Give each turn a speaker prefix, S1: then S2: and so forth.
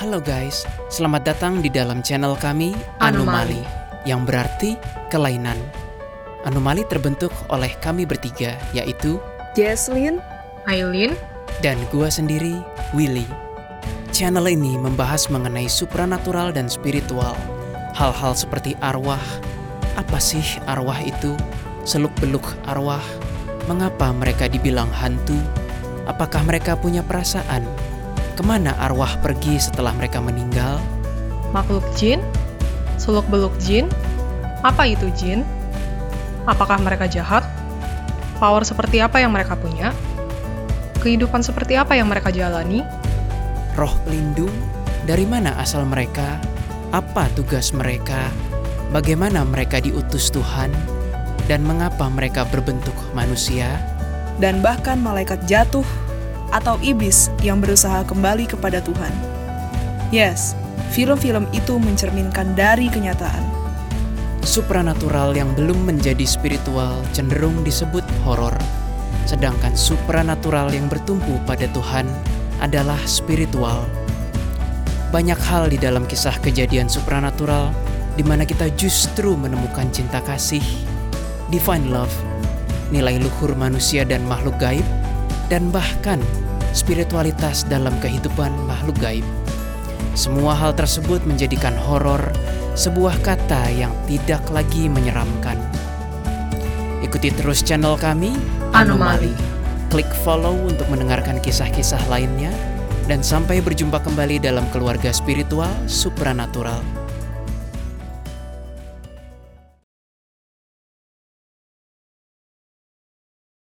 S1: Halo guys, selamat datang di dalam channel kami
S2: Anomali.
S1: yang berarti kelainan. Anomali terbentuk oleh kami bertiga, yaitu
S3: Jesslyn,
S2: Aileen,
S1: dan gua sendiri, Willy. Channel ini membahas mengenai supranatural dan spiritual. Hal-hal seperti arwah. Apa sih arwah itu? Seluk-beluk arwah. Mengapa mereka dibilang hantu? Apakah mereka punya perasaan? Kemana arwah pergi setelah mereka meninggal?
S2: makhluk jin, seluk-beluk jin, apa itu jin? Apakah mereka jahat? Power seperti apa yang mereka punya? Kehidupan seperti apa yang mereka jalani?
S1: Roh pelindung? Dari mana asal mereka? Apa tugas mereka? Bagaimana mereka diutus Tuhan? Dan mengapa mereka berbentuk manusia?
S3: dan bahkan malaikat jatuh atau iblis yang berusaha kembali kepada Tuhan. Yes, film-film itu mencerminkan dari kenyataan.
S1: Supranatural yang belum menjadi spiritual cenderung disebut horor. Sedangkan supranatural yang bertumpu pada Tuhan adalah spiritual. Banyak hal di dalam kisah kejadian supranatural di mana kita justru menemukan cinta kasih, divine love, nilai luhur manusia dan makhluk gaib, dan bahkan spiritualitas dalam kehidupan makhluk gaib. Semua hal tersebut menjadikan horor sebuah kata yang tidak lagi menyeramkan. Ikuti terus channel kami,
S2: Anomali.
S1: Klik follow untuk mendengarkan kisah-kisah lainnya, dan sampai berjumpa kembali dalam keluarga spiritual supranatural.